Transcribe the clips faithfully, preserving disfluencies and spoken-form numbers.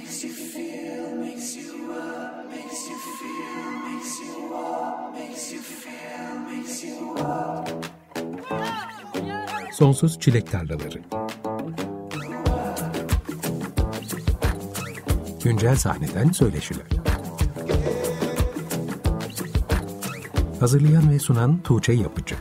makes you feel, makes you up, makes you feel, makes you up, makes you feel, makes you up. Sonsuz Çilek Tarlaları. Güncel sahneden söyleşiler. Hazırlayan ve sunan Tuğçe Yapıcı.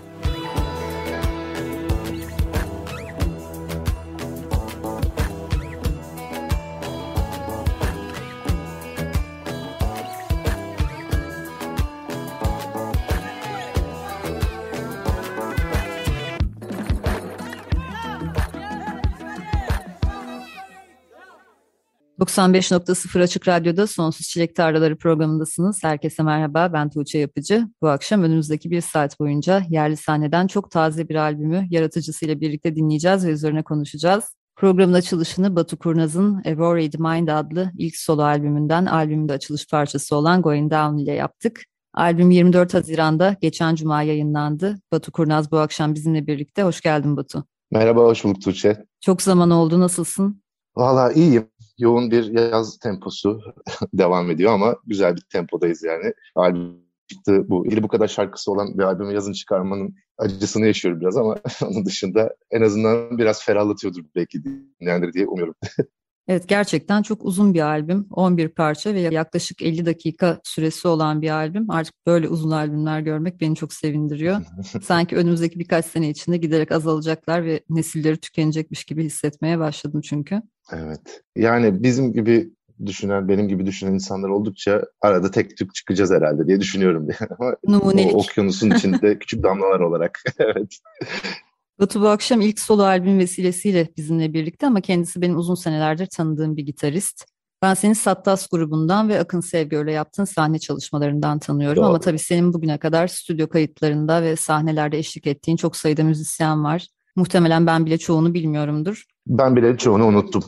doksan beş nokta sıfır Açık Radyo'da Sonsuz Çilek Tarlaları programındasınız. Herkese merhaba, ben Tuğçe Yapıcı. Bu akşam önümüzdeki bir saat boyunca yerli sahneden çok taze bir albümü yaratıcısıyla birlikte dinleyeceğiz ve üzerine konuşacağız. Programın açılışını Batu Kurnaz'ın A Worried Mind adlı ilk solo albümünden, albümün de açılış parçası olan Going Down ile yaptık. Albüm yirmi dört Haziran'da geçen Cuma yayınlandı. Batu Kurnaz bu akşam bizimle birlikte. Hoş geldin Batu. Merhaba, hoş bulduk Tuğçe. Çok zaman oldu, nasılsın? Valla iyiyim. Yoğun bir yaz temposu devam ediyor ama güzel bir tempodayız yani. Albüm çıktı, bu ili bu kadar şarkısı olan bir albümü yazın çıkarmanın acısını yaşıyorum biraz ama onun dışında en azından biraz ferahlatıyordur belki dinleyenleri diye umuyorum. Evet, gerçekten çok uzun bir albüm. on bir parça ve yaklaşık elli dakika süresi olan bir albüm. Artık böyle uzun albümler görmek beni çok sevindiriyor. Sanki önümüzdeki birkaç sene içinde giderek azalacaklar ve nesilleri tükenecekmiş gibi hissetmeye başladım çünkü. Evet. Yani bizim gibi düşünen, benim gibi düşünen insanlar oldukça arada tek tük çıkacağız herhalde diye düşünüyorum. Ama Numunelik. O okyanusun içinde küçük damlalar olarak. Evet. Batu bu akşam ilk solo albüm vesilesiyle bizimle birlikte ama kendisi benim uzun senelerdir tanıdığım bir gitarist. Ben seni Sattas grubundan ve Akın Sevgör'le yaptığın sahne çalışmalarından tanıyorum. Doğru. Ama tabii senin bugüne kadar stüdyo kayıtlarında ve sahnelerde eşlik ettiğin çok sayıda müzisyen var. Muhtemelen ben bile çoğunu bilmiyorumdur. Ben bile çoğunu unuttum.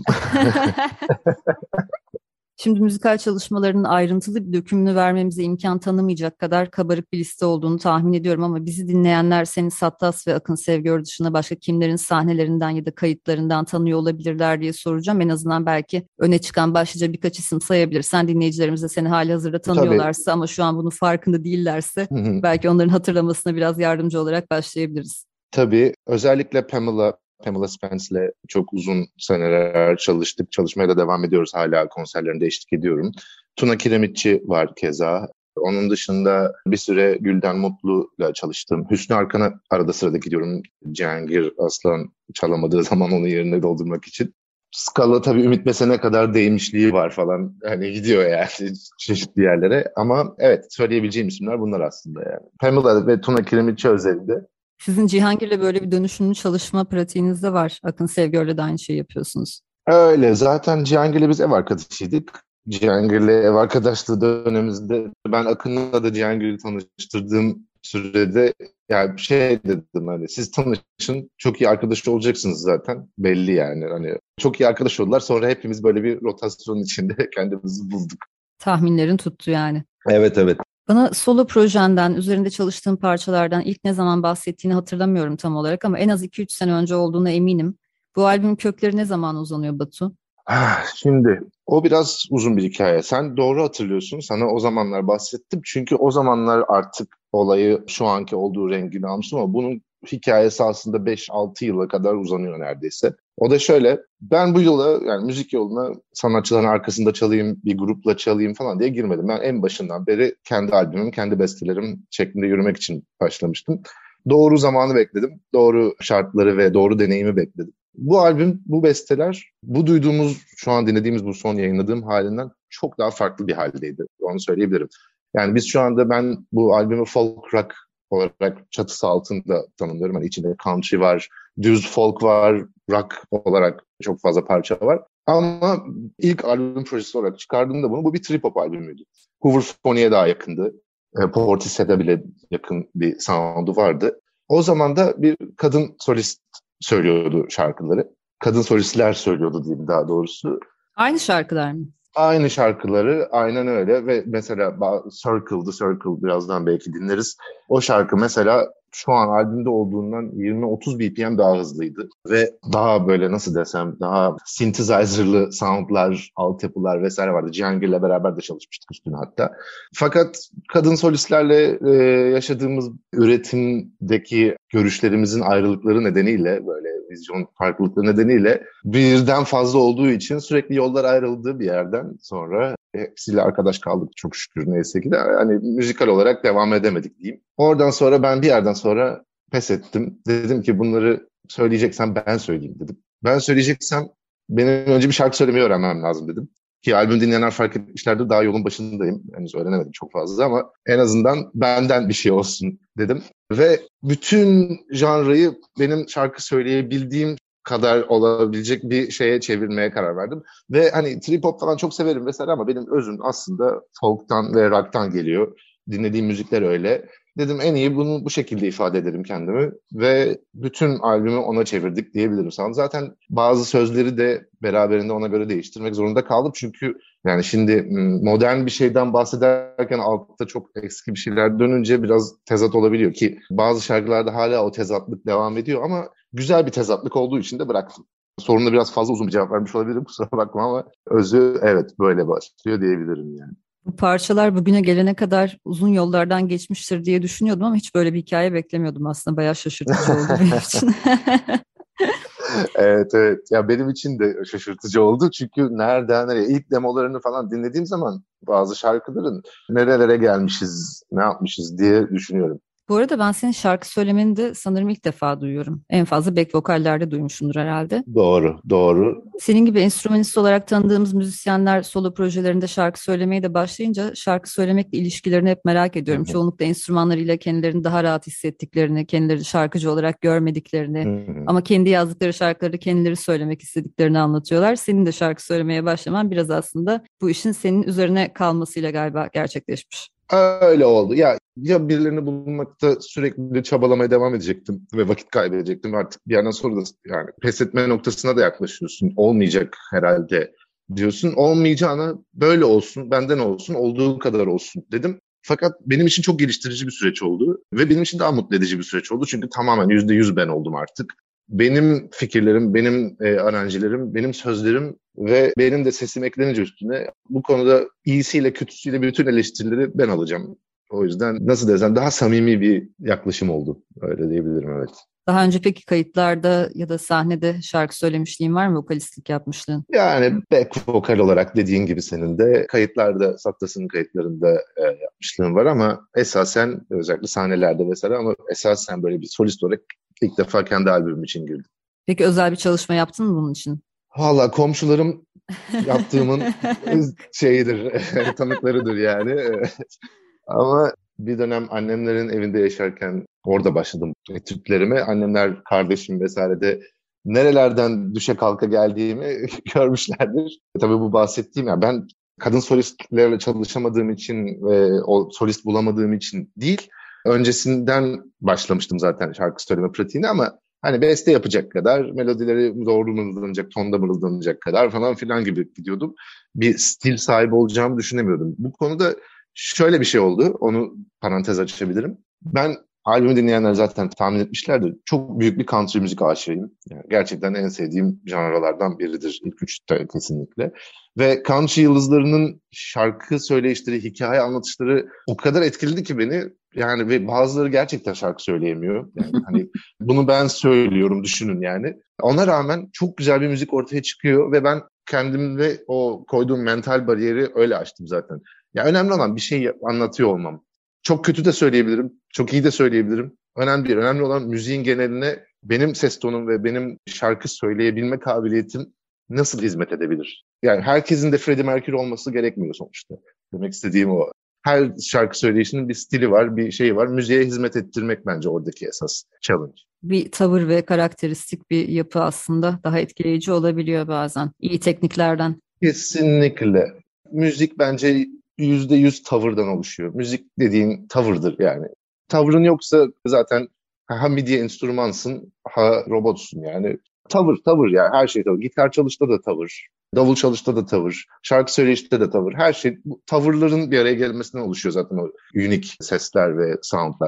Şimdi müzikal çalışmalarının ayrıntılı bir dökümünü vermemize imkan tanımayacak kadar kabarık bir liste olduğunu tahmin ediyorum ama bizi dinleyenler seni Sattas ve Akın Sevgör dışında başka kimlerin sahnelerinden ya da kayıtlarından tanıyor olabilirler diye soracağım. En azından belki öne çıkan başlıca birkaç isim sayabilirsen, dinleyicilerimiz de seni halihazırda tanıyorlarsa Tabii. ama şu an bunun farkında değillerse belki onların hatırlamasına biraz yardımcı olarak başlayabiliriz. Tabii, özellikle Pamela Pamela Spence'le çok uzun seneler çalıştık. Çalışmaya da devam ediyoruz. Hala konserlerinde eşlik ediyorum. Tuna Kiremitçi var keza. Onun dışında bir süre Gülden Mutlu'yla çalıştım. Hüsnü Arkan'a arada sırada gidiyorum. Cihangir Aslan çalamadığı zaman onun yerine doldurmak için. Skala tabii Ümit Besen'e kadar değmişliği var falan. Hani gidiyor yani çeşitli yerlere. Ama evet, söyleyebileceğim isimler bunlar aslında yani. Pamela ve Tuna Kiremitçi özelinde. Sizin Cihangir'le böyle bir dönüşümlü çalışma pratiğiniz de var. Akın Sevgör'le de aynı şeyi yapıyorsunuz. Öyle. Zaten Cihangir'le biz ev arkadaşıydık. Cihangir'le ev arkadaşlığı dönemimizde ben Akın'la da Cihangir'i tanıştırdığım sürede yani şey dedim, hani siz tanışın, çok iyi arkadaş olacaksınız zaten, belli yani. Hani çok iyi arkadaş oldular. Sonra hepimiz böyle bir rotasyonun içinde kendimizi bulduk. Tahminlerin tuttu yani. Evet evet. Bana solo projenden, üzerinde çalıştığım parçalardan ilk ne zaman bahsettiğini hatırlamıyorum tam olarak ama en az iki üç sene önce olduğuna eminim. Bu albümün kökleri ne zaman uzanıyor Batu? Şimdi o biraz uzun bir hikaye. Sen doğru hatırlıyorsun. Sana o zamanlar bahsettim. Çünkü o zamanlar artık olayı şu anki olduğu rengini almıştım ama bunun hikayesi aslında beş altı yıla kadar uzanıyor neredeyse. O da şöyle, ben bu yola, yani müzik yoluna sanatçıların arkasında çalayım, bir grupla çalayım falan diye girmedim. Ben en başından beri kendi albümüm, kendi bestelerim şeklinde yürümek için başlamıştım. Doğru zamanı bekledim, doğru şartları ve doğru deneyimi bekledim. Bu albüm, bu besteler, bu duyduğumuz, şu an dinlediğimiz bu son yayınladığım halinden çok daha farklı bir haldeydi. Onu söyleyebilirim. Yani biz şu anda, ben bu albümü folk rock olarak çatısı altında tanımlıyorum. Hani içinde country var, düz folk var, rock olarak çok fazla parça var. Ama ilk albüm projesi olarak çıkardığımda bunu, bu bir trip hop albümüydü. Hooverphony'ye daha yakındı. Portishead'e bile yakın bir sound'u vardı. O zaman da bir kadın solist söylüyordu şarkıları. Kadın solistler söylüyordu diyeyim daha doğrusu. Aynı şarkılar mı? Aynı şarkıları, aynen öyle. Ve mesela Circle, The Circle, birazdan belki dinleriz. O şarkı mesela şu an albümde olduğundan yirmi otuz B P M daha hızlıydı. Ve daha böyle nasıl desem daha synthesizer'lı soundlar, altyapılar vesaire vardı. Cihangir'le beraber de çalışmıştık üstüne hatta. Fakat kadın solistlerle e, yaşadığımız üretimdeki görüşlerimizin ayrılıkları nedeniyle böyle vizyon farklılıkları nedeniyle birden fazla olduğu için sürekli yollar ayrıldığı bir yerden sonra hepsiyle arkadaş kaldık çok şükür neyse ki de hani müzikal olarak devam edemedik diyeyim. Oradan sonra ben bir yerden sonra pes ettim. Dedim ki bunları söyleyeceksem ben söyleyeyim dedim. Ben söyleyeceksem benim önce bir şarkı söylemeyi öğrenmem lazım dedim. Ki albüm dinleyenler fark etmişlerdir daha yolun başındayım. Henüz öğrenemedim çok fazla ama en azından benden bir şey olsun dedim. Ve bütün janrayı benim şarkı söyleyebildiğim kadar olabilecek bir şeye çevirmeye karar verdim. Ve hani trip hop falan çok severim mesela ama benim özüm aslında folk'tan ve rock'tan geliyor. Dinlediğim müzikler öyle. Dedim en iyi bunu bu şekilde ifade ederim kendimi ve bütün albümü ona çevirdik diyebilirim sana. Zaten bazı sözleri de beraberinde ona göre değiştirmek zorunda kaldım. Çünkü yani şimdi modern bir şeyden bahsederken altta çok eski bir şeyler dönünce biraz tezat olabiliyor ki bazı şarkılarda hala o tezatlık devam ediyor ama güzel bir tezatlık olduğu için de bıraktım. Soruna biraz fazla uzun bir cevap vermiş olabilirim kusura bakma ama özü evet böyle başlıyor diyebilirim yani. Bu parçalar bugüne gelene kadar uzun yollardan geçmiştir diye düşünüyordum ama hiç böyle bir hikaye beklemiyordum aslında. Bayağı şaşırtıcı oldu benim için. Evet evet. Ya benim için de şaşırtıcı oldu. Çünkü nereden nereye ilk demolarını falan dinlediğim zaman bazı şarkıların nerelere gelmişiz, ne yapmışız diye düşünüyorum. Bu arada ben senin şarkı söylemeni de sanırım ilk defa duyuyorum. En fazla back vokallerde duymuşumdur herhalde. Doğru, doğru. Senin gibi enstrümanist olarak tanıdığımız müzisyenler solo projelerinde şarkı söylemeye de başlayınca şarkı söylemekle ilişkilerini hep merak ediyorum. Hı-hı. Çoğunlukla enstrümanlarıyla kendilerini daha rahat hissettiklerini, kendileri şarkıcı olarak görmediklerini Hı-hı. ama kendi yazdıkları şarkıları kendileri söylemek istediklerini anlatıyorlar. Senin de şarkı söylemeye başlaman biraz aslında bu işin senin üzerine kalmasıyla galiba gerçekleşmiş. Öyle oldu. Ya ya birilerini bulmakta sürekli çabalamaya devam edecektim ve vakit kaybedecektim. Artık bir yerden sonra da yani pes etme noktasına da yaklaşıyorsun. Olmayacak herhalde diyorsun. Olmayacağına böyle olsun, benden olsun, olduğu kadar olsun dedim. Fakat benim için çok geliştirici bir süreç oldu ve benim için daha mutlu edici bir süreç oldu. Çünkü tamamen yüzde yüz ben oldum artık. Benim fikirlerim, benim e, aranjelerim, benim sözlerim ve benim de sesim eklenince üstüne bu konuda iyisiyle kötüsüyle bütün eleştirileri ben alacağım. O yüzden nasıl desem daha samimi bir yaklaşım oldu. Öyle diyebilirim evet. Daha önce peki kayıtlarda ya da sahnede şarkı söylemişliğin var mı? Vokalistlik yapmışlığın? Yani back vokal olarak dediğin gibi senin de kayıtlarda, Sattas'ın kayıtlarında e, yapmışlığım var ama esasen özellikle sahnelerde mesela ama esasen böyle bir solist olarak ilk defa kendi albümüm için girdim. Peki özel bir çalışma yaptın mı bunun için? Valla komşularım yaptığımın şeyidir, tanıklarıdır yani. Ama bir dönem annemlerin evinde yaşarken orada başladım etütlerime. Annemler, kardeşim vesaire de nerelerden düşe kalka geldiğimi görmüşlerdir. Tabii bu bahsettiğim ya yani ben kadın solistlerle çalışamadığım için ve o solist bulamadığım için değil. Öncesinden başlamıştım zaten şarkı söyleme pratiğine ama hani beste yapacak kadar, melodileri doğru mırıldanacak, tonda mırıldanacak kadar falan filan gibi gidiyordum. Bir stil sahibi olacağımı düşünemiyordum. Bu konuda şöyle bir şey oldu, onu parantez açabilirim. Ben albümü dinleyenler zaten tahmin etmişlerdir. Çok büyük bir country müzik aşığıyım. Yani gerçekten en sevdiğim janralardan biridir. İlk üçte kesinlikle. Ve country yıldızlarının şarkı söyleyişleri, hikaye anlatışları o kadar etkiledi ki beni. Yani ve bazıları gerçekten şarkı söyleyemiyor. Yani hani bunu ben söylüyorum düşünün yani. Ona rağmen çok güzel bir müzik ortaya çıkıyor ve ben kendimde o koyduğum mental bariyeri öyle aştım zaten. Ya önemli olan bir şey anlatıyor olmam. Çok kötü de söyleyebilirim, çok iyi de söyleyebilirim. Önemli değil. Önemli olan müziğin geneline benim ses tonum ve benim şarkı söyleyebilme kabiliyetim nasıl hizmet edebilir? Yani herkesin de Freddie Mercury olması gerekmiyor sonuçta. Demek istediğim o. Her şarkı söyleyişinin bir stili var, bir şeyi var. Müziğe hizmet ettirmek bence oradaki esas challenge. Bir tavır ve karakteristik bir yapı aslında daha etkileyici olabiliyor bazen. İyi tekniklerden. Kesinlikle. Müzik bence yüzde yüz tavırdan oluşuyor. Müzik dediğin tavırdır yani. Tavrın yoksa zaten ha midi enstrümansın, ha robotsun yani. Tavır, tavır ya. Her şey tavır. Gitar çalışta da tavır. Davul çalışta da tavır. Şarkı söyleyişte de tavır. Her şey bu tavırların bir araya gelmesinden oluşuyor zaten o unik sesler ve soundlar.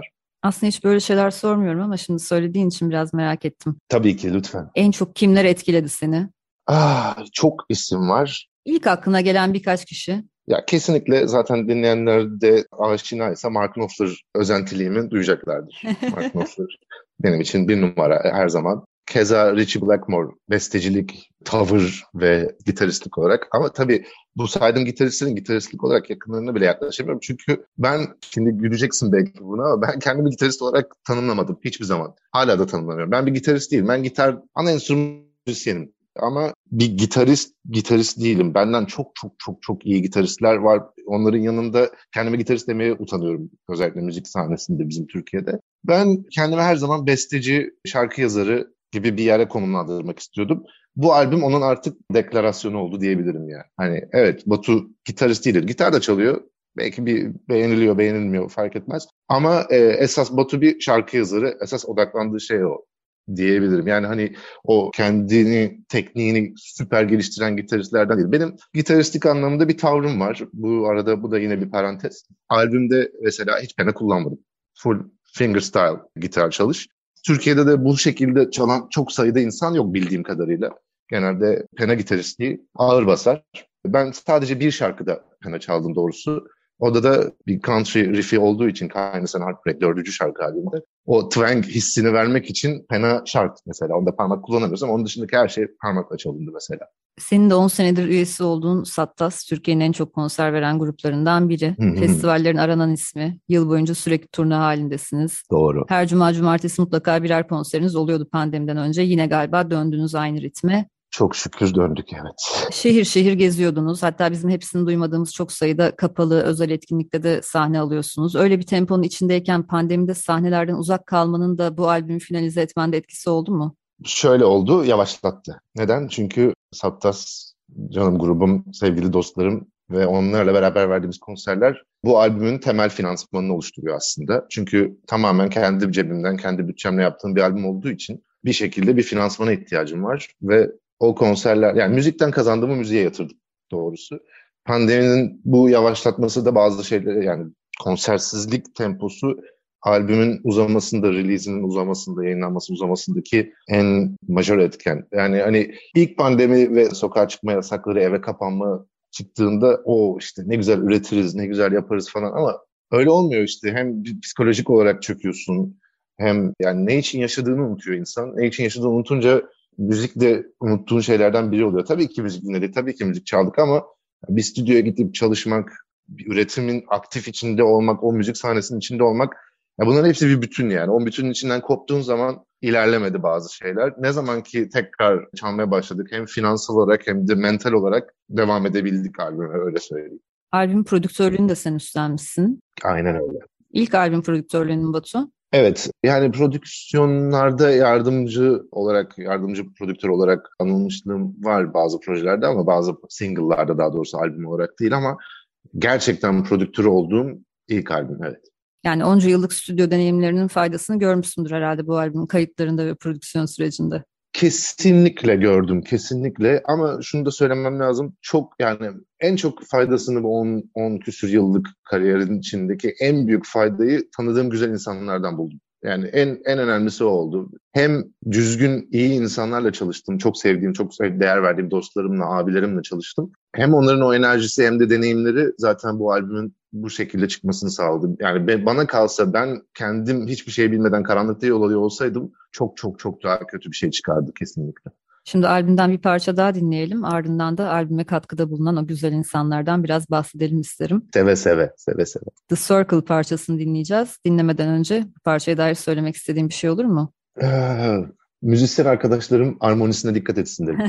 Aslında hiç böyle şeyler sormuyorum ama şimdi söylediğin için biraz merak ettim. Tabii ki, lütfen. En çok kimler etkiledi seni? Ah, çok isim var. İlk aklına gelen birkaç kişi. Ya kesinlikle zaten dinleyenler de aşinaysa Mark Knopfler özentiliğimi duyacaklardır. Mark Knopfler benim için bir numara her zaman. Keza Ritchie Blackmore bestecilik, tavır ve gitaristlik olarak. Ama tabii bu saydığım gitaristlerin gitaristlik olarak yakınlarına bile yaklaşamıyorum. Çünkü ben, şimdi güleceksin belki buna ama ben kendimi gitarist olarak tanımlamadım hiçbir zaman. Hala da tanımlamıyorum. Ben bir gitarist değilim. Ben gitar, ana enstrüman müzisyenim. Ama bir gitarist, gitarist değilim. Benden çok çok çok çok iyi gitaristler var. Onların yanında kendime gitarist demeye utanıyorum. Özellikle müzik sahnesinde bizim Türkiye'de. Ben kendimi her zaman besteci, şarkı yazarı gibi bir yere konumlandırmak istiyordum. Bu albüm onun artık deklarasyonu oldu diyebilirim yani. Hani evet, Batu gitarist değildir. Gitar da çalıyor. Belki bir beğeniliyor, beğenilmiyor fark etmez. Ama e, esas Batu bir şarkı yazarı. Esas odaklandığı şey o diyebilirim. Yani hani o kendini, tekniğini süper geliştiren gitaristlerden değil. Benim gitaristlik anlamında bir tavrım var. Bu arada bu da yine bir parantez. Albümde mesela hiç pena kullanmadım. Full fingerstyle gitar çalış. Türkiye'de de bu şekilde çalan çok sayıda insan yok bildiğim kadarıyla. Genelde pena gitaristliği ağır basar. Ben sadece bir şarkıda pena çaldım doğrusu. Orada da bir country riff'i olduğu için, Kindness and Heartbreak dördüncü şarkı halinde. O twang hissini vermek için pena şart mesela. Onda parmak kullanamıyoruz ama onun dışındaki her şey parmakla çalındı mesela. Senin de on senedir üyesi olduğun Sattas, Türkiye'nin en çok konser veren gruplarından biri. Hı hı. Festivallerin aranan ismi. Yıl boyunca sürekli turne halindesiniz. Doğru. Her cuma cumartesi mutlaka birer konseriniz oluyordu pandemiden önce. Yine galiba döndünüz aynı ritme. Çok şükür döndük, evet. Şehir şehir geziyordunuz. Hatta bizim hepsini duymadığımız çok sayıda kapalı özel etkinlikte de sahne alıyorsunuz. Öyle bir temponun içindeyken pandemide sahnelerden uzak kalmanın da bu albümü finalize etmende etkisi oldu mu? Şöyle oldu, yavaşlattı. Neden? Çünkü Sattas, canım grubum, sevgili dostlarım ve onlarla beraber verdiğimiz konserler bu albümün temel finansmanını oluşturuyor aslında. Çünkü tamamen kendi cebimden, kendi bütçemle yaptığım bir albüm olduğu için bir şekilde bir finansmana ihtiyacım var ve o konserler, yani müzikten kazandığımı müziğe yatırdım doğrusu. Pandeminin bu yavaşlatması da bazı şeyleri, yani konsersizlik temposu albümün uzamasında, release'inin uzamasında, yayınlanması uzamasındaki en majör etken. Yani hani ilk pandemi ve sokağa çıkma yasakları, eve kapanma çıktığında o işte ne güzel üretiriz, ne güzel yaparız falan ama öyle olmuyor işte. Hem psikolojik olarak çöküyorsun, hem yani ne için yaşadığını unutuyor insan. Ne için yaşadığını unutunca müzik de unuttuğun şeylerden biri oluyor. Tabii ki müzik dinledik, tabii ki müzik çaldık ama bir stüdyoya gidip çalışmak, bir üretimin aktif içinde olmak, o müzik sahnesinin içinde olmak, ya bunların hepsi bir bütün yani. O bütünün içinden koptuğun zaman ilerlemedi bazı şeyler. Ne zaman ki tekrar çalmaya başladık, hem finansal olarak hem de mental olarak devam edebildik albüme, öyle söyleyeyim. Albüm prodüktörlüğünü de sen üstlenmişsin. Aynen öyle. İlk albüm prodüktörlüğünün Batu. Evet, yani prodüksiyonlarda yardımcı olarak, yardımcı prodüktör olarak anılmışlığım var bazı projelerde ama bazı single'larda, daha doğrusu albüm olarak değil, ama gerçekten prodüktör olduğum ilk albüm, evet. Yani onca yıllık stüdyo deneyimlerinin faydasını görmüşsündür herhalde bu albümün kayıtlarında ve prodüksiyon sürecinde. Kesinlikle gördüm, kesinlikle, ama şunu da söylemem lazım. Çok, yani en çok faydasını bu on, on küsür yıllık kariyerin içindeki en büyük faydayı tanıdığım güzel insanlardan buldum. Yani en en önemlisi o oldu. Hem düzgün, iyi insanlarla çalıştım. Çok sevdiğim, çok değer verdiğim dostlarımla, abilerimle çalıştım. Hem onların o enerjisi hem de deneyimleri zaten bu albümün bu şekilde çıkmasını sağladı. Yani bana kalsa, ben kendim hiçbir şey bilmeden karanlıkta yol alıyor olsaydım çok çok çok daha kötü bir şey çıkardı kesinlikle. Şimdi albümden bir parça daha dinleyelim. Ardından da albüme katkıda bulunan o güzel insanlardan biraz bahsedelim isterim. Seve seve, seve seve. The Circle parçasını dinleyeceğiz. Dinlemeden önce bu parçaya dair söylemek istediğim bir şey olur mu? Ee, müzisyen arkadaşlarım armonisine dikkat etsin dedim.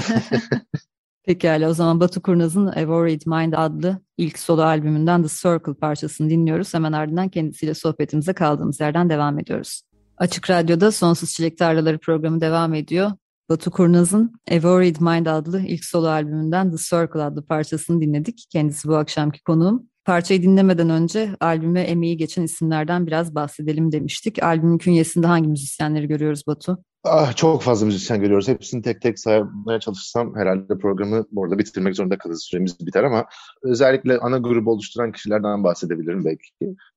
Pekala, o zaman Batu Kurnaz'ın A Worried Mind adlı ilk solo albümünden The Circle parçasını dinliyoruz. Hemen ardından kendisiyle sohbetimize kaldığımız yerden devam ediyoruz. Açık Radyo'da Sonsuz Çilek Tarlaları programı devam ediyor. Batu Kurnaz'ın A Worried Mind adlı ilk solo albümünden The Circle adlı parçasını dinledik. Kendisi bu akşamki konuğum. Parçayı dinlemeden önce albüme emeği geçen isimlerden biraz bahsedelim demiştik. Albümün künyesinde hangi müzisyenleri görüyoruz Batu? Ah, çok fazla müzisyen görüyoruz. Hepsini tek tek saymaya çalışsam herhalde programı bu arada bitirmek zorunda kalırız. Süremiz biter ama özellikle ana grubu oluşturan kişilerden bahsedebilirim belki.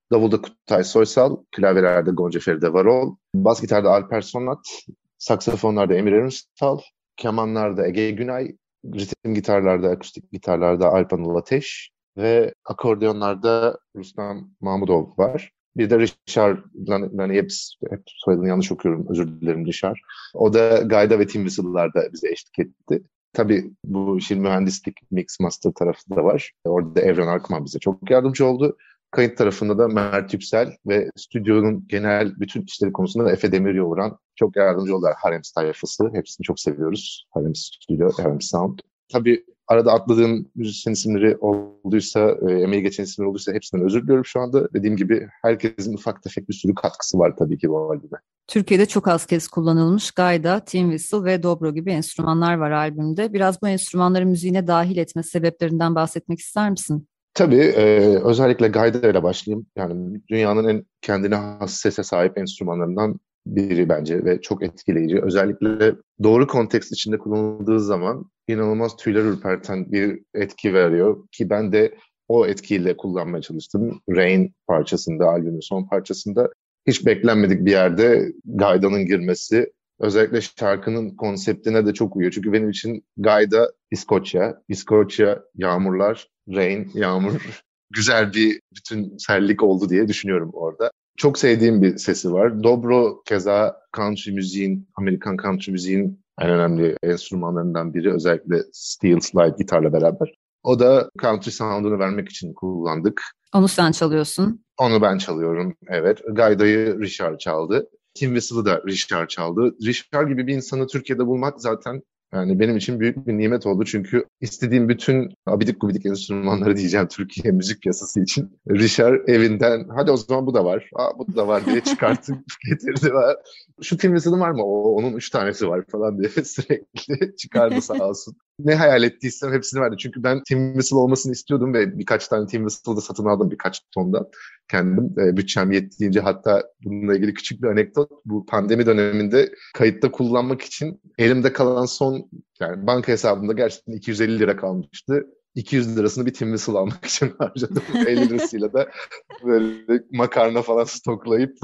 Davulda Kutay Soysal, klavyelerde Gonca Feride Varol, bas gitarda Alper Sonat, saksafonlarda Emir Erünsal, kemanlarda Ege Günay, ritim gitarlarda, akustik gitarlarda Alp Anıl Ateş ve akordeonlarda Rustam Mahmudov var. Bir de Richard, yani hep, hep soyadını yanlış okuyorum, özür dilerim Richard. O da Gayda ve Tim Whistle'larda bize eşlik etti. Tabii bu işin mühendislik, mix master tarafı da var. Orada Evren Arkman bize çok yardımcı oldu. Kayıt tarafında da Mert Yüksel ve stüdyonun genel bütün işleri konusunda Efe Demiryoğuran çok yardımcı oldular. Harems tayfası. Hepsini çok seviyoruz. Harems Stüdyo, Harems Sound. Tabii arada atladığım müzisyen isimleri olduysa, e, emeği geçen isimler olduysa hepsinden özür diliyorum şu anda. Dediğim gibi herkesin ufak tefek bir sürü katkısı var tabii ki bu albüme. Türkiye'de çok az kez kullanılmış gayda, tin whistle ve dobro gibi enstrümanlar var albümde. Biraz bu enstrümanları müziğine dahil etme sebeplerinden bahsetmek ister misin? Tabii, e, özellikle gayda ile başlayayım. Yani dünyanın en kendine has sese sahip enstrümanlarından biri bence ve çok etkileyici. Özellikle doğru kontekst içinde kullanıldığı zaman inanılmaz tüyler ürperten bir etki veriyor ki ben de o etkiyle kullanmaya çalıştım. Rain parçasında, albümün son parçasında hiç beklenmedik bir yerde gaydanın girmesi özellikle şarkının konseptine de çok uyuyor. Çünkü benim için gayda İskoçya, İskoçya yağmurlar, rain, yağmur güzel bir bütünsellik oldu diye düşünüyorum orada. Çok sevdiğim bir sesi var. Dobro keza country müziğin, Amerikan country müziğin en önemli enstrümanlarından biri. Özellikle steel slide gitarla beraber. O da country sound'unu vermek için kullandık. Onu sen çalıyorsun. Onu ben çalıyorum, evet. Gayda'yı Richard çaldı. Tim Whistle'ı da Richard çaldı. Richard gibi bir insanı Türkiye'de bulmak zaten yani benim için büyük bir nimet oldu. Çünkü istediğim bütün abidik gubidik enstrümanları diyeceğim Türkiye müzik piyasası için. Richard evinden hadi o zaman bu da var, aa, bu da var diye çıkartıp getirdi. Şu Tim Whistle'ın var mı? O, onun üç tanesi var falan diye sürekli çıkardı sağ olsun. Ne hayal ettiysem hepsini verdi. Çünkü ben Tim Whistle olmasını istiyordum ve birkaç tane Tim Whistle'da satın aldım birkaç tondan. Kendim e, bütçem yettiğince, hatta bununla ilgili küçük bir anekdot. Bu pandemi döneminde kayıtta kullanmak için elimde kalan son, yani banka hesabımda gerçekten iki yüz elli lira kalmıştı. iki yüz lirasını bir Tim Whistle almak için harcadım. elli lirasıyla da böyle makarna falan stoklayıp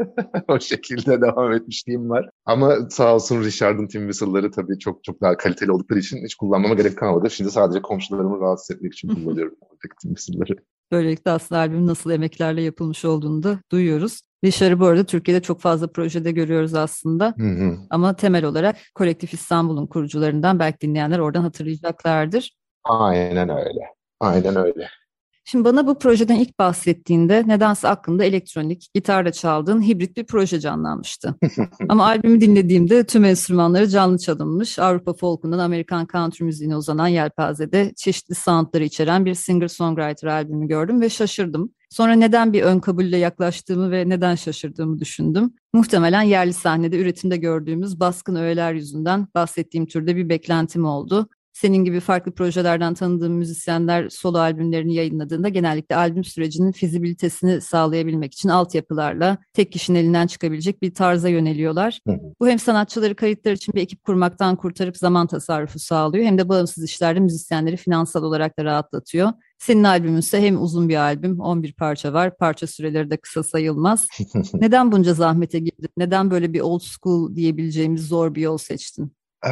o şekilde devam etmişliğim var. Ama sağ olsun Richard'ın Tim Whistle'ları tabii çok çok daha kaliteli oldukları için hiç kullanmama gerek kalmadı. Şimdi sadece komşularımı rahatsız etmek için kullanıyorum Tim Whistle'ları. Böylelikle aslında albüm nasıl emeklerle yapılmış olduğunu da duyuyoruz. Richard'ı bu arada Türkiye'de çok fazla projede görüyoruz aslında. Hı hı. Ama temel olarak Kolektif İstanbul'un kurucularından, belki dinleyenler oradan hatırlayacaklardır. Aynen öyle. Aynen öyle. Şimdi bana bu projeden ilk bahsettiğinde nedense aklımda elektronik, gitarla çaldığın hibrit bir proje canlanmıştı. Ama albümü dinlediğimde tüm enstrümanları canlı çalınmış, Avrupa folkundan Amerikan country müziğine uzanan yelpazede çeşitli soundları içeren bir singer-songwriter albümü gördüm ve şaşırdım. Sonra neden bir ön kabulle yaklaştığımı ve neden şaşırdığımı düşündüm. Muhtemelen yerli sahnede üretimde gördüğümüz baskın öğeler yüzünden bahsettiğim türde bir beklentim oldu. Senin gibi farklı projelerden tanıdığım müzisyenler solo albümlerini yayınladığında genellikle albüm sürecinin fizibilitesini sağlayabilmek için altyapılarla tek kişinin elinden çıkabilecek bir tarza yöneliyorlar. Hı hı. Bu hem sanatçıları kayıtlar için bir ekip kurmaktan kurtarıp zaman tasarrufu sağlıyor, hem de bağımsız işlerde müzisyenleri finansal olarak da rahatlatıyor. Senin albümün ise hem uzun bir albüm, on bir parça var, parça süreleri de kısa sayılmaz. Neden bunca zahmete girdin? Neden böyle bir old school diyebileceğimiz zor bir yol seçtin?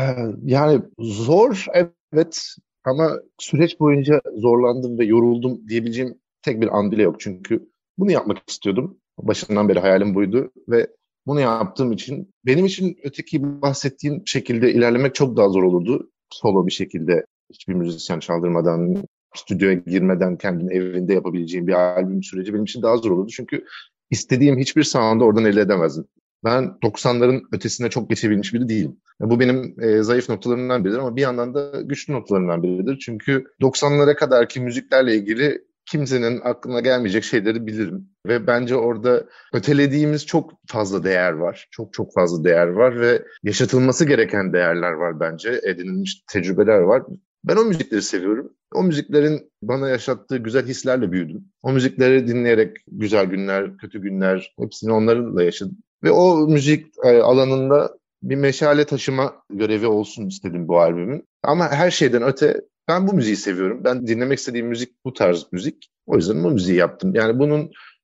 Yani zor evet, ama süreç boyunca zorlandım ve yoruldum diyebileceğim tek bir an bile yok. Çünkü bunu yapmak istiyordum. Başından beri hayalim buydu ve bunu yaptığım için benim için öteki bahsettiğim şekilde ilerlemek çok daha zor olurdu. Solo bir şekilde, hiçbir müzisyen çaldırmadan, stüdyoya girmeden kendini evinde yapabileceğim bir albüm süreci benim için daha zor olurdu. Çünkü istediğim hiçbir sound'u oradan elde edemezdim. Ben doksanların ötesine çok geçebilmiş biri değilim. Bu benim e, zayıf noktalarımdan biridir ama bir yandan da güçlü noktalarımdan biridir. Çünkü doksanlara kadarki müziklerle ilgili kimsenin aklına gelmeyecek şeyleri bilirim. Ve bence orada ötelediğimiz çok fazla değer var. Çok çok fazla değer var ve yaşatılması gereken değerler var bence. Edinilmiş tecrübeler var. Ben o müzikleri seviyorum. O müziklerin bana yaşattığı güzel hislerle büyüdüm. O müzikleri dinleyerek güzel günler, kötü günler, hepsini onlarla yaşadım. Ve o müzik e, alanında bir meşale taşıma görevi olsun istedim bu albümün. Ama her şeyden öte ben bu müziği seviyorum. Ben dinlemek istediğim müzik bu tarz müzik. O yüzden bu müziği yaptım. Yani bunun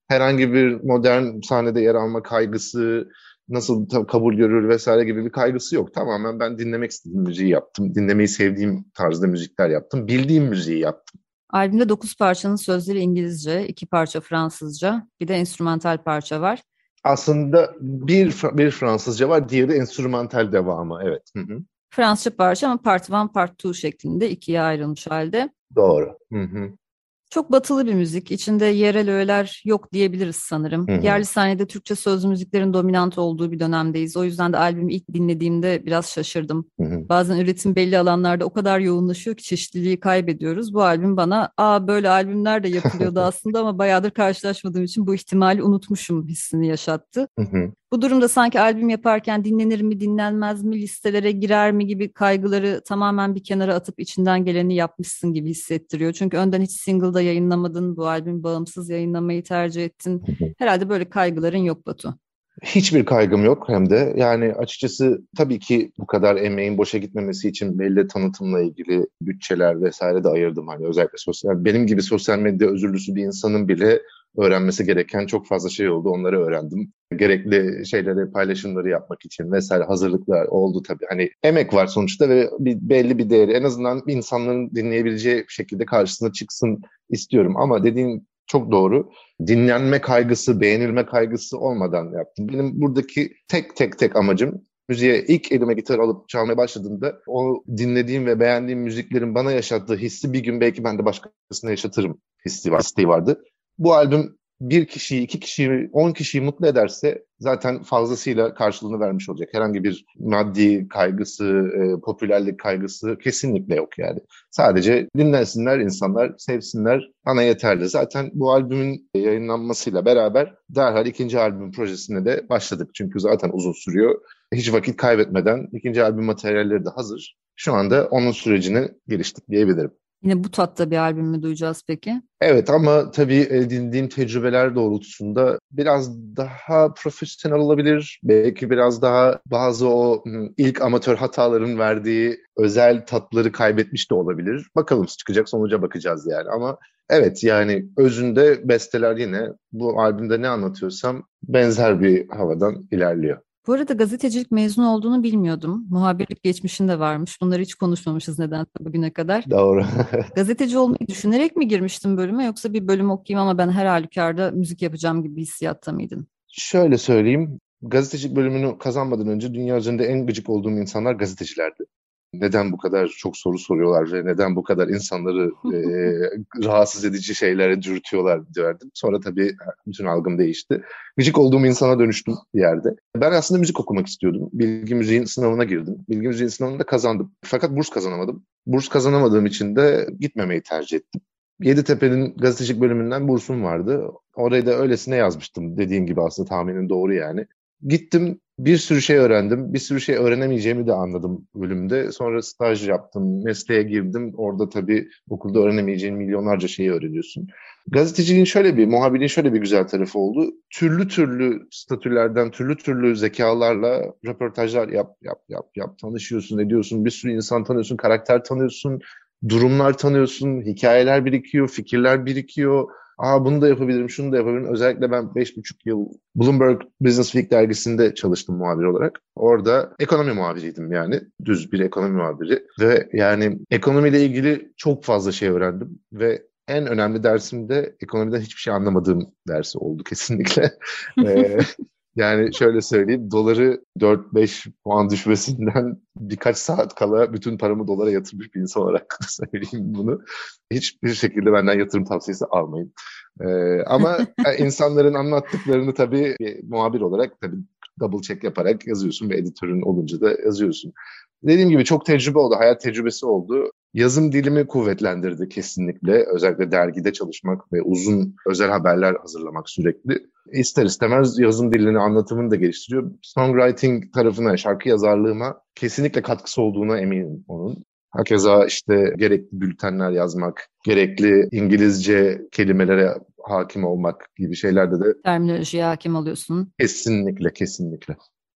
herhangi bir modern sahnede yer alma kaygısı, nasıl ta- kabul görür vesaire gibi bir kaygısı yok. Tamamen ben dinlemek istediğim müziği yaptım. Dinlemeyi sevdiğim tarzda müzikler yaptım. Bildiğim müziği yaptım. Albümde dokuz parçanın sözleri İngilizce, iki parça Fransızca, bir de enstrümantal parça var. Aslında bir, bir Fransızca var, diğeri enstrümantal devamı. Evet. Hı hı. Fransızca parça ama part bir, part iki şeklinde ikiye ayrılmış halde. Doğru. Hı hı. Çok batılı bir müzik. İçinde yerel öğeler yok diyebiliriz sanırım. Hı hı. Yerli sahnede Türkçe sözlü müziklerin dominant olduğu bir dönemdeyiz. O yüzden de albümü ilk dinlediğimde biraz şaşırdım. Hı hı. Bazen üretim belli alanlarda o kadar yoğunlaşıyor ki çeşitliliği kaybediyoruz. Bu albüm bana aa böyle albümler de yapılıyordu aslında ama bayağıdır karşılaşmadığım için bu ihtimali unutmuşum hissini yaşattı. Hı hı. Bu durumda sanki albüm yaparken dinlenir mi, dinlenmez mi, listelere girer mi gibi kaygıları tamamen bir kenara atıp içinden geleni yapmışsın gibi hissettiriyor. Çünkü önden hiç single'da yayınlamadın, bu albüm bağımsız yayınlamayı tercih ettin. Hı hı. Herhalde böyle kaygıların yok Batu. Hiçbir kaygım yok hem de. Yani açıkçası tabii ki bu kadar emeğin boşa gitmemesi için belli tanıtımla ilgili bütçeler vesaire de ayırdım. Hani özellikle sosyal, benim gibi sosyal medya özürlüsü bir insanın bile öğrenmesi gereken çok fazla şey oldu. Onları öğrendim. Gerekli şeyleri, paylaşımları yapmak için vesaire hazırlıklar oldu tabii. Hani emek var sonuçta ve bir, belli bir değeri en azından insanların dinleyebileceği şekilde karşısına çıksın istiyorum. Ama dediğin çok doğru. Dinlenme kaygısı, beğenilme kaygısı olmadan yaptım. Benim buradaki tek tek tek amacım, müziğe ilk elime gitar alıp çalmaya başladığımda o dinlediğim ve beğendiğim müziklerin bana yaşattığı hissi bir gün belki ben de başkasına yaşatırım hissi var, isteği vardı. Bu albüm bir kişiyi, iki kişiyi, on kişiyi mutlu ederse zaten fazlasıyla karşılığını vermiş olacak. Herhangi bir maddi kaygısı, e, popülerlik kaygısı kesinlikle yok yani. Sadece dinlensinler, insanlar sevsinler, bana yeterli. Zaten bu albümün yayınlanmasıyla beraber derhal ikinci albüm projesine de başladık. Çünkü zaten uzun sürüyor. Hiç vakit kaybetmeden ikinci albüm materyalleri de hazır. Şu anda onun sürecini geliştik diyebilirim. Yine bu tatta bir albüm mü duyacağız peki? Evet ama tabii edindiğim tecrübeler doğrultusunda biraz daha profesyonel olabilir. Belki biraz daha bazı o ilk amatör hataların verdiği özel tatları kaybetmiş de olabilir. Bakalım çıkacak sonuca bakacağız yani ama evet yani özünde besteler yine bu albümde ne anlatıyorsam benzer bir havadan ilerliyor. Bu arada gazetecilik mezunu olduğunu bilmiyordum. Muhabirlik geçmişin de varmış. Bunları hiç konuşmamışız nedense bugüne kadar. Doğru. Gazeteci olmayı düşünerek mi girmiştin bölüme yoksa bir bölüm okuyayım ama ben her halükarda müzik yapacağım gibi bir hissiyatta mıydın? Şöyle söyleyeyim, gazetecilik bölümünü kazanmadan önce dünya üzerinde en gıcık olduğum insanlar gazetecilerdi. Neden bu kadar çok soru soruyorlar ve neden bu kadar insanları e, rahatsız edici şeylere dürtüyorlar derdim. Sonra tabii bütün algım değişti. Gıcık olduğum insana dönüştüm bir yerde. Ben aslında müzik okumak istiyordum. Bilgi müziğin sınavına girdim. Bilgi müziğin sınavında kazandım. Fakat burs kazanamadım. Burs kazanamadığım için de gitmemeyi tercih ettim. Yeditepe'nin gazetecilik bölümünden bursum vardı. Oraya da öylesine yazmıştım. Dediğin gibi aslında tahminin doğru yani. Gittim, bir sürü şey öğrendim. Bir sürü şey öğrenemeyeceğimi de anladım bölümde. Sonra staj yaptım, mesleğe girdim. Orada tabii okulda öğrenemeyeceğin milyonlarca şeyi öğreniyorsun. Gazeteciliğin şöyle bir, muhabirliğin şöyle bir güzel tarafı oldu. Türlü türlü statülerden, türlü türlü zekalarla röportajlar yap, yap, yap, yap. Tanışıyorsun, ediyorsun. Bir sürü insan tanıyorsun, karakter tanıyorsun, durumlar tanıyorsun, hikayeler birikiyor, fikirler birikiyor. Aa bunu da yapabilirim, şunu da yapabilirim. Özellikle ben beş buçuk yıl Bloomberg Business Week dergisinde çalıştım muhabir olarak. Orada ekonomi muhabiriydim yani. Düz bir ekonomi muhabiri. Ve yani ekonomiyle ilgili çok fazla şey öğrendim. Ve en önemli dersim de ekonomiden hiçbir şey anlamadığım dersi oldu kesinlikle. ee, Yani şöyle söyleyeyim, doları dört beş puan düşmesinden birkaç saat kala bütün paramı dolara yatırmış bir insan olarak söyleyeyim bunu. Hiçbir şekilde benden yatırım tavsiyesi almayın. Ee, ama insanların anlattıklarını tabii muhabir olarak tabii double check yaparak yazıyorsun ve editörün olunca da yazıyorsun. Dediğim gibi çok tecrübe oldu, hayat tecrübesi oldu. Yazım dilimi kuvvetlendirdi kesinlikle. Özellikle dergide çalışmak ve uzun özel haberler hazırlamak sürekli. İster istemez yazım dilini, anlatımını da geliştiriyor. Songwriting tarafına, şarkı yazarlığıma kesinlikle katkısı olduğuna eminim onun. Hakeza işte gerekli bültenler yazmak, gerekli İngilizce kelimelere hakim olmak gibi şeylerde de Terminolojiye hakim oluyorsun. kesinlikle, kesinlikle.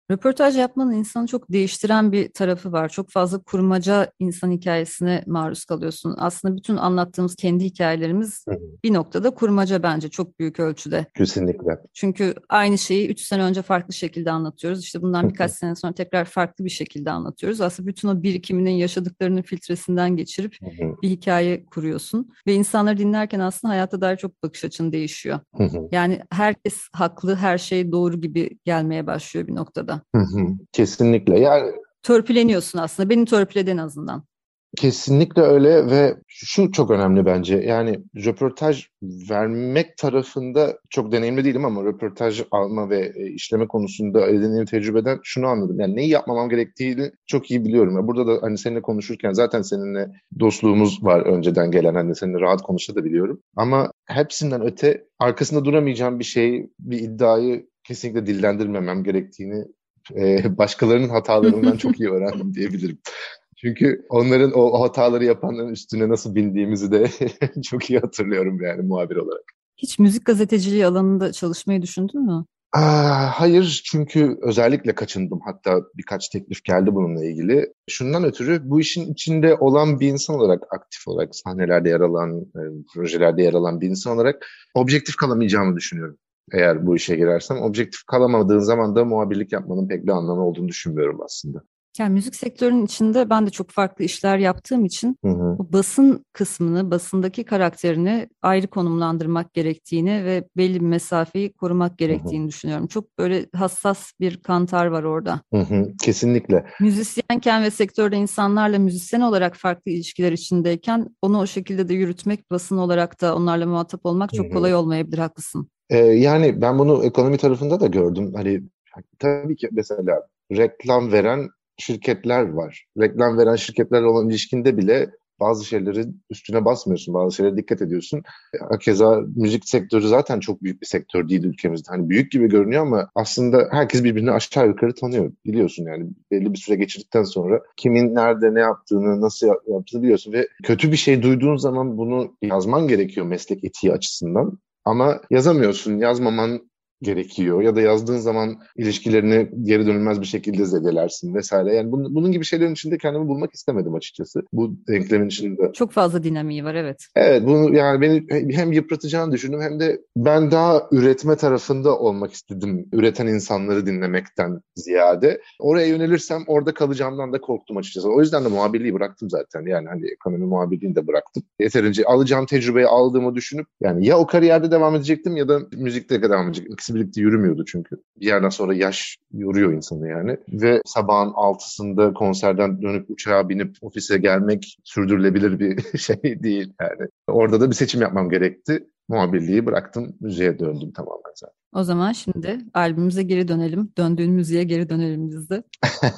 Röportaj yapmanın insanı çok değiştiren bir tarafı var. Çok fazla kurmaca insan hikayesine maruz kalıyorsun. Aslında bütün anlattığımız kendi hikayelerimiz Hı hı. bir noktada kurmaca bence çok büyük ölçüde. Kesinlikle. Çünkü aynı şeyi üç sene önce farklı şekilde anlatıyoruz. İşte bundan birkaç sene sonra tekrar farklı bir şekilde anlatıyoruz. Aslında bütün o birikiminin yaşadıklarının filtresinden geçirip Hı hı. bir hikaye kuruyorsun. Ve insanları dinlerken aslında hayata dair çok bakış açın değişiyor. Hı hı. Yani herkes haklı, her şey doğru gibi gelmeye başlıyor bir noktada. Hı hı. Kesinlikle. Yani Törpüleniyorsun aslında. Beni törpüledi en azından. kesinlikle öyle ve şu çok önemli bence. Yani röportaj vermek tarafında çok deneyimli değilim ama röportaj alma ve e, işleme konusunda edindiğim tecrübeden şunu anladım. Yani neyi yapmamam gerektiğini çok iyi biliyorum. Ve burada da hani seninle konuşurken zaten seninle dostluğumuz var önceden gelen. Hani seninle rahat konuşabiliyorum. Ama hepsinden öte arkasında duramayacağım bir şey, bir iddiayı kesinlikle dillendirmemem gerektiğini e, başkalarının hatalarından çok iyi öğrendim diyebilirim. Çünkü onların o hataları yapanların üstüne nasıl bindiğimizi de çok iyi hatırlıyorum yani muhabir olarak. Hiç müzik gazeteciliği alanında çalışmayı düşündün mü? Aa, hayır çünkü özellikle kaçındım. Hatta birkaç teklif geldi bununla ilgili. Şundan ötürü bu işin içinde olan bir insan olarak, aktif olarak sahnelerde yer alan, e, projelerde yer alan bir insan olarak objektif kalamayacağımı düşünüyorum. Eğer bu işe girersem objektif kalamadığın zaman da muhabirlik yapmanın pek bir anlamı olduğunu düşünmüyorum aslında. Yani müzik sektörünün içinde ben de çok farklı işler yaptığım için Hı hı. bu basın kısmını, basındaki karakterini ayrı konumlandırmak gerektiğini ve belli bir mesafeyi korumak gerektiğini düşünüyorum. Çok böyle hassas bir kantar var orada. Hı hı. Kesinlikle. Müzisyenken ve sektörde insanlarla müzisyen olarak farklı ilişkiler içindeyken onu o şekilde de yürütmek, basın olarak da onlarla muhatap olmak Hı çok hı. kolay olmayabilir, haklısın. Ee, yani ben bunu ekonomi tarafında da gördüm. Hani tabii ki mesela reklam veren şirketler var. Reklam veren şirketlerle olan ilişkinde bile bazı şeyleri üstüne basmıyorsun, bazı şeylere dikkat ediyorsun. Keza müzik sektörü zaten çok büyük bir sektör değil ülkemizde. Hani büyük gibi görünüyor ama aslında herkes birbirini aşağı yukarı tanıyor. Biliyorsun yani belli bir süre geçirdikten sonra kimin nerede ne yaptığını, nasıl yaptığını biliyorsun ve kötü bir şey duyduğun zaman bunu yazman gerekiyor meslek etiği açısından. Ama yazamıyorsun, yazmaman gerekiyor ya da yazdığın zaman ilişkilerini geri dönülmez bir şekilde zedelersin vesaire. Yani bunun, bunun gibi şeylerin içinde kendimi bulmak istemedim açıkçası. Bu denklemin içinde. Çok fazla dinamiği var, evet. Evet, bunu yani beni hem yıpratacağını düşündüm hem de ben daha üretme tarafında olmak istedim. Üreten insanları dinlemekten ziyade. Oraya yönelirsem orada kalacağımdan da korktum açıkçası. O yüzden de muhabirliği bıraktım zaten. Yani hani ekonomi muhabirliğini de bıraktım. Yeterince alacağım tecrübeyi aldığımı düşünüp yani ya o kariyerde devam edecektim ya da müzikte devam edecektim. İkisi birlikte yürümüyordu çünkü. Bir yerden sonra yaş yoruyor insanı yani. Ve sabahın altısında konserden dönüp uçağa binip ofise gelmek sürdürülebilir bir şey değil yani. Orada da bir seçim yapmam gerekti. Muhabirliği bıraktım, müziğe döndüm tamamen zaten. O zaman şimdi albümümüze geri dönelim. Döndüğün müziğe geri dönelim biz de.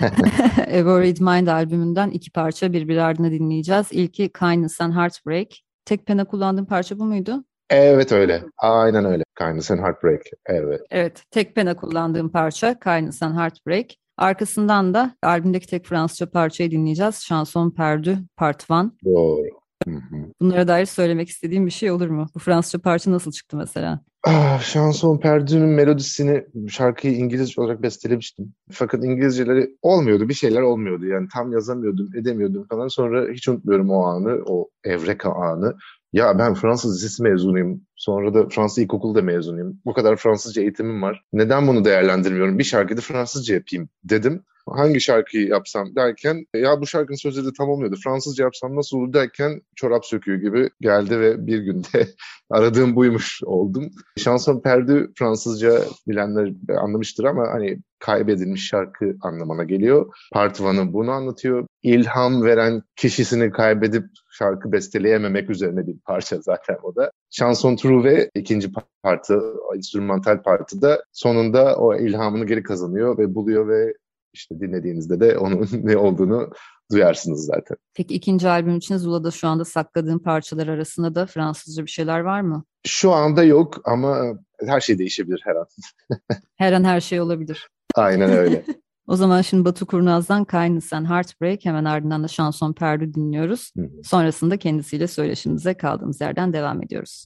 A Worried Mind albümünden iki parça birbiri ardına dinleyeceğiz. İlki Kindness and Heartbreak. Tek pena kullandığın parça bu muydu? Evet öyle. Aynen öyle. Kindness and Heartbreak. Evet. Evet, tek pena kullandığım parça Kindness and Heartbreak. Arkasından da albümdeki tek Fransızca parçayı dinleyeceğiz. Chanson Perdue Part bir. Doğru. Hı hı. Bunlara dair söylemek istediğim bir şey olur mu? Bu Fransızca parça nasıl çıktı mesela? Ah, Chanson Perdue'nun melodisini, şarkıyı İngilizce olarak bestelemiştim. Fakat İngilizceleri olmuyordu, bir şeyler olmuyordu. Yani tam yazamıyordum, edemiyordum falan. Sonra hiç unutmuyorum o anı, o evreka anı. Ya ben Fransız lisesi mezunuyum. Sonra da Fransız ilkokulda mezunuyum. Bu kadar Fransızca eğitimim var. Neden bunu değerlendirmiyorum? Bir şarkıyı da Fransızca yapayım dedim. Hangi şarkıyı yapsam derken ya bu şarkının sözleri de tam olmuyordu. Fransızca yapsam nasıl olur derken çorap söküğü gibi geldi ve bir günde aradığım buymuş oldum. Chanson Perdue Fransızca bilenler anlamıştır ama hani kaybedilmiş şarkı anlamına geliyor. Part bir'ı bunu anlatıyor. İlham veren kişisini kaybedip şarkı besteleyememek üzerine bir parça zaten o da. Chanson Trouvé ikinci partı, enstrümantal partı da sonunda o ilhamını geri kazanıyor ve buluyor ve işte dinlediğinizde de onun ne olduğunu duyarsınız zaten. Peki ikinci albüm için Zula'da şu anda sakladığın parçalar arasında da Fransızca bir şeyler var mı? Şu anda yok ama her şey değişebilir her an. Her an her şey olabilir. Aynen öyle. O zaman şimdi Batu Kurnaz'dan Kindness and Heartbreak, hemen ardından da Chanson Perdue dinliyoruz. Hı hı. Sonrasında kendisiyle söyleşimize kaldığımız yerden devam ediyoruz.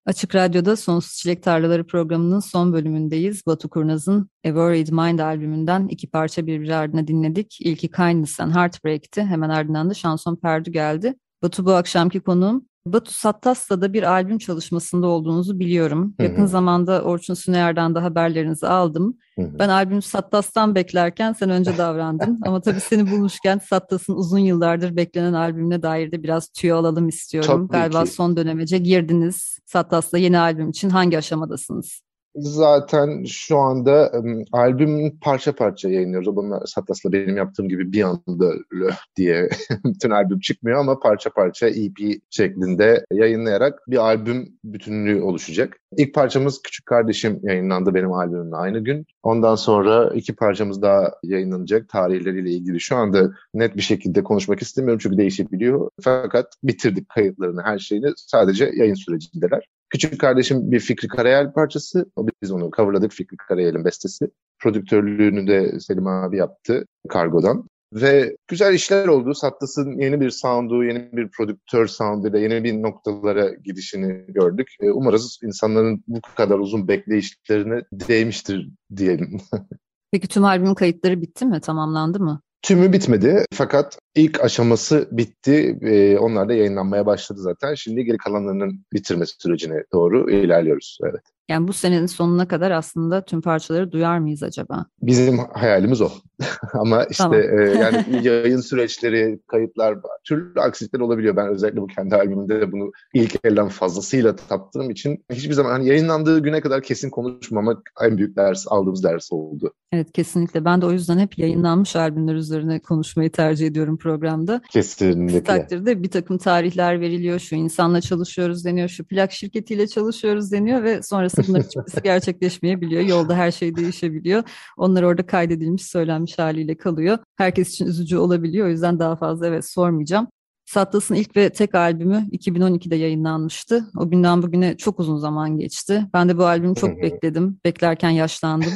Açık Radyo'da Sonsuz Çilek Tarlaları programının son bölümündeyiz. Batu Kurnaz'ın A Worried Mind albümünden iki parça birbiri ardına dinledik. İlki Kindness and Heartbreak'ti. Hemen ardından da Şanson Perdu geldi. Batu bu akşamki konuğum. Batu, Sattas'la da bir albüm çalışmasında olduğunuzu biliyorum. Hı hı. Yakın zamanda Orçun Süner'den de haberlerinizi aldım. Hı hı. Ben albüm Sattas'tan beklerken sen önce davrandın. Ama tabii seni bulmuşken Sattas'ın uzun yıllardır beklenen albümüne dair de biraz tüyo alalım istiyorum. Tabii Galiba ki. son dönemece girdiniz. Sattas'la yeni albüm için hangi aşamadasınız? Zaten şu anda um, albüm parça parça yayınlıyoruz. Bunlar Sattas'la benim yaptığım gibi bir anda löh diye bütün albüm çıkmıyor ama parça parça E P şeklinde yayınlayarak bir albüm bütünlüğü oluşacak. İlk parçamız Küçük Kardeşim yayınlandı benim albümümle aynı gün. Ondan sonra iki parçamız daha yayınlanacak tarihleriyle ilgili. Şu anda net bir şekilde konuşmak istemiyorum çünkü değişebiliyor. Fakat bitirdik kayıtlarını, her şeyini. Sadece yayın sürecindeler. Küçük Kardeşim bir Fikri Karayel parçası. Biz onu coverladık. Fikri Karayel'in bestesi. Prodüktörlüğünü de Selim abi yaptı Kargo'dan. Ve güzel işler oldu. Sattas'ın yeni bir sound'u, yeni bir prodüktör sound'uyla yeni bir noktalara gidişini gördük. Umarız insanların bu kadar uzun bekleyişlerine değmiştir diyelim. Peki tüm albüm kayıtları bitti mi? Tamamlandı mı? Tümü bitmedi fakat ilk aşaması bitti. Ee, onlar da yayınlanmaya başladı zaten. Şimdi geri kalanlarının bitirmesi sürecine doğru ilerliyoruz. Evet. Yani bu senenin sonuna kadar aslında tüm parçaları duyar mıyız acaba? Bizim hayalimiz o. Ama işte Tamam. e, yani yayın süreçleri, kayıtlar, türlü aksilikler olabiliyor. Ben özellikle bu kendi albümümde de bunu ilk elden fazlasıyla tattığım için hiçbir zaman hani yayınlandığı güne kadar kesin konuşmamak en büyük ders, aldığımız ders oldu. Evet, kesinlikle. Ben de o yüzden hep yayınlanmış albümler üzerine konuşmayı tercih ediyorum programda. Kesinlikle. Takdirde bir takım tarihler veriliyor. Şu insanla çalışıyoruz deniyor, şu plak şirketiyle çalışıyoruz deniyor ve sonrasında bunların hiçbirisi gerçekleşmeyebiliyor. Yolda her şey değişebiliyor. Onlar orada kaydedilmiş, söylenmiş haliyle kalıyor. Herkes için üzücü olabiliyor. O yüzden daha fazla evet sormayacağım. Sattas'ın ilk ve tek albümü iki bin on ikide yayınlanmıştı. O günden bugüne çok uzun zaman geçti. Ben de bu albümü çok bekledim. Beklerken yaşlandım.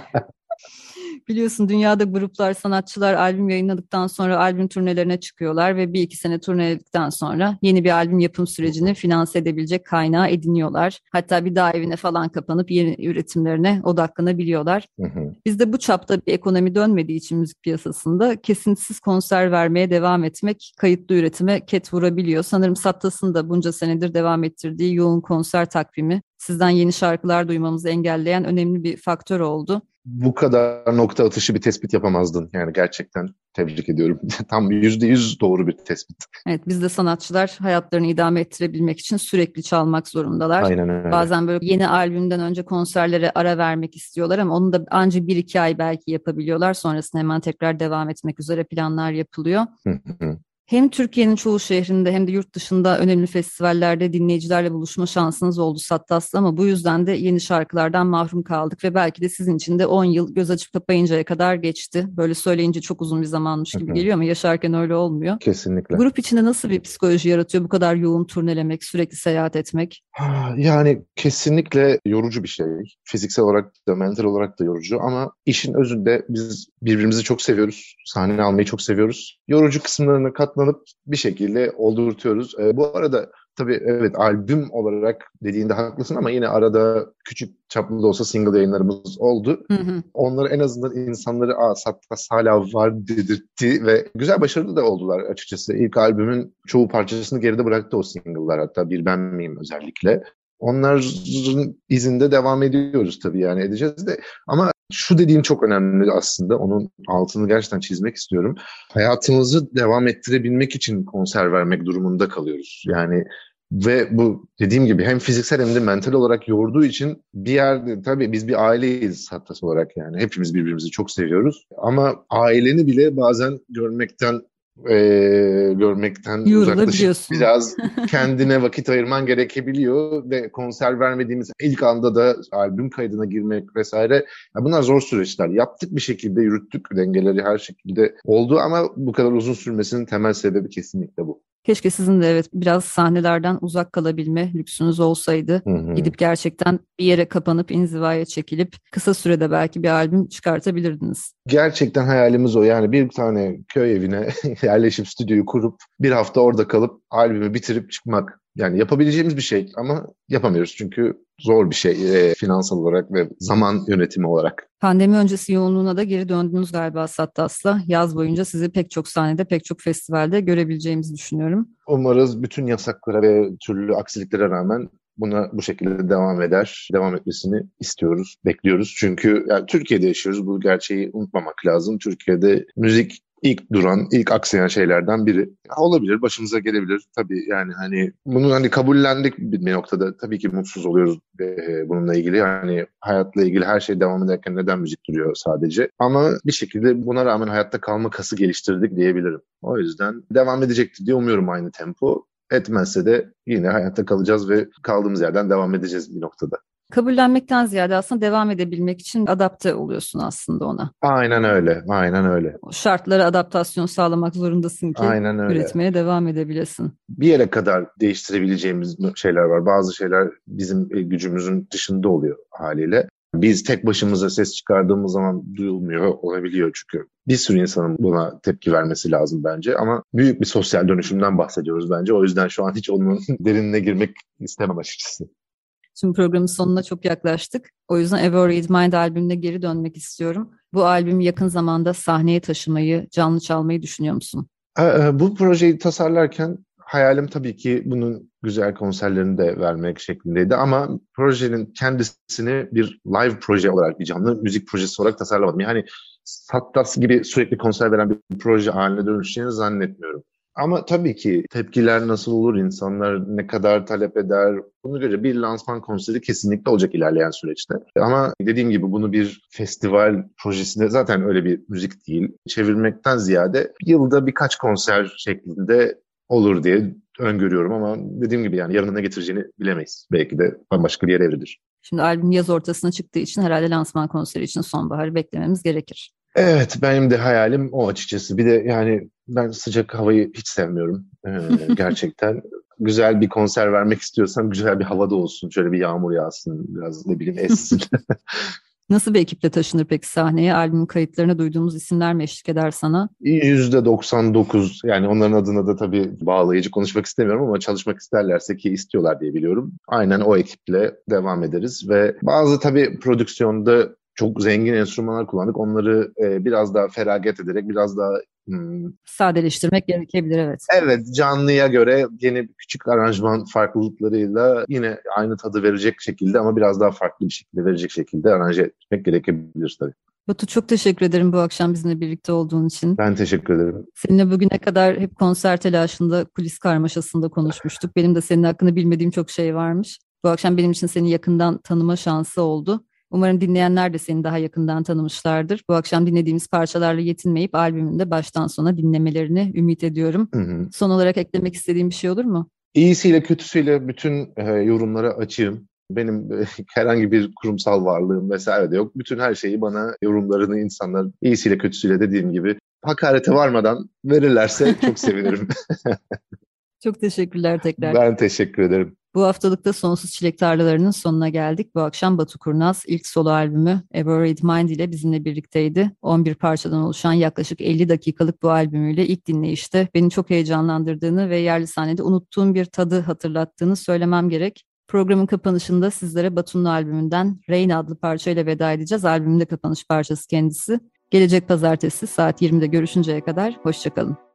Biliyorsun dünyada gruplar, sanatçılar albüm yayınladıktan sonra albüm turnelerine çıkıyorlar ve bir iki sene turneledikten sonra yeni bir albüm yapım sürecini finanse edebilecek kaynağı ediniyorlar. Hatta bir daha evine falan kapanıp yeni üretimlerine odaklanabiliyorlar. Bizde bu çapta bir ekonomi dönmediği için müzik piyasasında kesintisiz konser vermeye devam etmek kayıtlı üretime ket vurabiliyor. Sanırım Sattas'ın da bunca senedir devam ettirdiği yoğun konser takvimi sizden yeni şarkılar duymamızı engelleyen önemli bir faktör oldu. Bu kadar nokta atışı bir tespit yapamazdın. Yani gerçekten tebrik ediyorum. Tam yüzde yüz doğru bir tespit. Evet, biz de sanatçılar hayatlarını idame ettirebilmek için sürekli çalmak zorundalar. Aynen öyle. Bazen böyle yeni albümden önce konserlere ara vermek istiyorlar ama onu da ancak bir iki ay belki yapabiliyorlar. Sonrasında hemen tekrar devam etmek üzere planlar yapılıyor. Hem Türkiye'nin çoğu şehrinde hem de yurt dışında önemli festivallerde dinleyicilerle buluşma şansınız oldu Sattas'la ama bu yüzden de yeni şarkılardan mahrum kaldık ve belki de sizin için de on yıl göz açıp kapayıncaya kadar geçti. Böyle söyleyince çok uzun bir zamanmış gibi geliyor ama yaşarken öyle olmuyor. Kesinlikle. Grup içinde nasıl bir psikoloji yaratıyor bu kadar yoğun turnelemek, sürekli seyahat etmek? Yani kesinlikle yorucu bir şey. Fiziksel olarak da mental olarak da yorucu ama işin özünde biz birbirimizi çok seviyoruz. Sahne almayı çok seviyoruz. Yorucu kısımlarını katlanıp bir şekilde oldurtuyoruz. Ee, bu arada tabii evet albüm olarak dediğinde haklısın ama yine arada küçük çaplı da olsa single yayınlarımız oldu. Hı hı. Onları en azından insanları aa Sattas hala var dedirtti ve güzel başarılı da oldular açıkçası. İlk albümün çoğu parçasını geride bıraktı o single'lar, hatta Bir Ben Miyim özellikle. Onların izinde devam ediyoruz tabii, yani edeceğiz de ama şu dediğim çok önemli aslında, onun altını gerçekten çizmek istiyorum. Hayatımızı devam ettirebilmek için konser vermek durumunda kalıyoruz. Yani ve bu dediğim gibi hem fiziksel hem de mental olarak yorduğu için bir yerde tabii biz bir aileyiz Sattas olarak, yani hepimiz birbirimizi çok seviyoruz ama aileni bile bazen görmekten Ee, görmekten uzaklaşıp biraz kendine vakit ayırman gerekebiliyor ve konser vermediğimiz ilk anda da albüm kaydına girmek vesaire, ya bunlar zor süreçler. Yaptık, bir şekilde yürüttük, dengeleri her şekilde oldu ama bu kadar uzun sürmesinin temel sebebi kesinlikle bu. Keşke sizin de evet biraz sahnelerden uzak kalabilme lüksünüz olsaydı. Hı hı. Gidip gerçekten bir yere kapanıp inzivaya çekilip kısa sürede belki bir albüm çıkartabilirdiniz. Gerçekten hayalimiz o. Yani bir tane köy evine yerleşip stüdyoyu kurup bir hafta orada kalıp albümü bitirip çıkmak. Yani yapabileceğimiz bir şey ama yapamıyoruz çünkü zor bir şey e, finansal olarak ve zaman yönetimi olarak. Pandemi öncesi yoğunluğuna da geri döndünüz galiba Sattas'la. Yaz boyunca sizi pek çok sahnede, pek çok festivalde görebileceğimizi düşünüyorum. Umarız bütün yasaklara ve türlü aksiliklere rağmen buna bu şekilde devam eder. Devam etmesini istiyoruz, bekliyoruz. Çünkü yani Türkiye'de yaşıyoruz. Bu gerçeği unutmamak lazım. Türkiye'de müzik ilk duran, ilk aksayan şeylerden biri. Olabilir, başımıza gelebilir. Tabii yani hani bunu hani kabullendik bir noktada. Tabii ki mutsuz oluyoruz e, bununla ilgili. Yani hayatla ilgili her şey devam ederken neden müzik duruyor sadece. Ama bir şekilde buna rağmen hayatta kalma kası geliştirdik diyebilirim. O yüzden devam edecektir diye umuyorum aynı tempo. Etmezse de yine hayatta kalacağız ve kaldığımız yerden devam edeceğiz bir noktada. Kabullenmekten ziyade aslında devam edebilmek için adapte oluyorsun aslında ona. Aynen öyle, aynen öyle. O şartlara adaptasyon sağlamak zorundasın ki Aynen öyle. üretmeye devam edebilesin. Bir yere kadar değiştirebileceğimiz şeyler var. Bazı şeyler bizim gücümüzün dışında oluyor haliyle. Biz tek başımıza ses çıkardığımız zaman duyulmuyor olabiliyor çünkü. Bir sürü insanın buna tepki vermesi lazım bence ama büyük bir sosyal dönüşümden bahsediyoruz bence. O yüzden şu an hiç onun derinine girmek istemem açıkçası. Şimdi programın sonuna çok yaklaştık. O yüzden Ever Read Mind albümüne geri dönmek istiyorum. Bu albümü yakın zamanda sahneye taşımayı, canlı çalmayı düşünüyor musun? Bu projeyi tasarlarken hayalim tabii ki bunun güzel konserlerini de vermek şeklindeydi ama projenin kendisini bir live proje olarak, bir canlı müzik projesi olarak tasarlamadım. Yani Sattas gibi sürekli konser veren bir proje haline dönüşeceğini zannetmiyorum. Ama tabii ki tepkiler nasıl olur, insanlar ne kadar talep eder, buna göre bir lansman konseri kesinlikle olacak ilerleyen süreçte. Ama dediğim gibi bunu bir festival projesinde zaten öyle bir müzik değil. Çevirmekten ziyade yılda birkaç konser şeklinde olur diye öngörüyorum ama dediğim gibi yani yarın ne getireceğini bilemeyiz. Belki de bambaşka bir yere evrilir. Şimdi albüm yaz ortasına çıktığı için herhalde lansman konseri için sonbaharı beklememiz gerekir. Evet, benim de hayalim o açıkçası. Bir de yani ben sıcak havayı hiç sevmiyorum. Ee, gerçekten güzel bir konser vermek istiyorsam güzel bir havada olsun. Şöyle bir yağmur yağsın, biraz ne bileyim essin. Nasıl bir ekiple taşınır peki sahneye? Albümün kayıtlarına duyduğumuz isimler mi eşlik eder sana? yüzde doksan dokuz yani onların adına da tabii bağlayıcı konuşmak istemiyorum ama çalışmak isterlerse ki istiyorlar diye biliyorum. Aynen o ekiple devam ederiz ve bazı tabii prodüksiyonda çok zengin enstrümanlar kullandık. Onları e, biraz daha feragat ederek, biraz daha hmm, sadeleştirmek gerekebilir, evet. Evet, canlıya göre yeni küçük aranjman farklılıklarıyla yine aynı tadı verecek şekilde ama biraz daha farklı bir şekilde verecek şekilde aranje etmek gerekebilir tabii. Batu, çok teşekkür ederim bu akşam bizimle birlikte olduğun için. Ben teşekkür ederim. Seninle bugüne kadar hep konser telaşında, kulis karmaşasında konuşmuştuk. Benim de senin hakkında bilmediğim çok şey varmış. Bu akşam benim için seni yakından tanıma şansı oldu. Umarım dinleyenler de seni daha yakından tanımışlardır. Bu akşam dinlediğimiz parçalarla yetinmeyip albümünde baştan sona dinlemelerini ümit ediyorum. Hı hı. Son olarak eklemek istediğim bir şey olur mu? İyisiyle kötüsüyle bütün e, yorumlara açığım. Benim e, herhangi bir kurumsal varlığım vesaire de yok. Bütün her şeyi bana yorumlarını insanlar iyisiyle kötüsüyle dediğim gibi hakarete varmadan verirlerse çok sevinirim. Çok teşekkürler tekrar. Ben teşekkür ederim. Bu haftalıkta Sonsuz Çilek Tarlaları'nın sonuna geldik. Bu akşam Batu Kurnaz ilk solo albümü Ever Read Mind ile bizimle birlikteydi. on bir parçadan oluşan yaklaşık elli dakikalık bu albümüyle ilk dinleyişte beni çok heyecanlandırdığını ve yerli sahnede unuttuğum bir tadı hatırlattığını söylemem gerek. Programın kapanışında sizlere Batu'nun albümünden Rain adlı parçayla veda edeceğiz. Albümün de kapanış parçası kendisi. Gelecek pazartesi saat yirmide görüşünceye kadar hoşça kalın.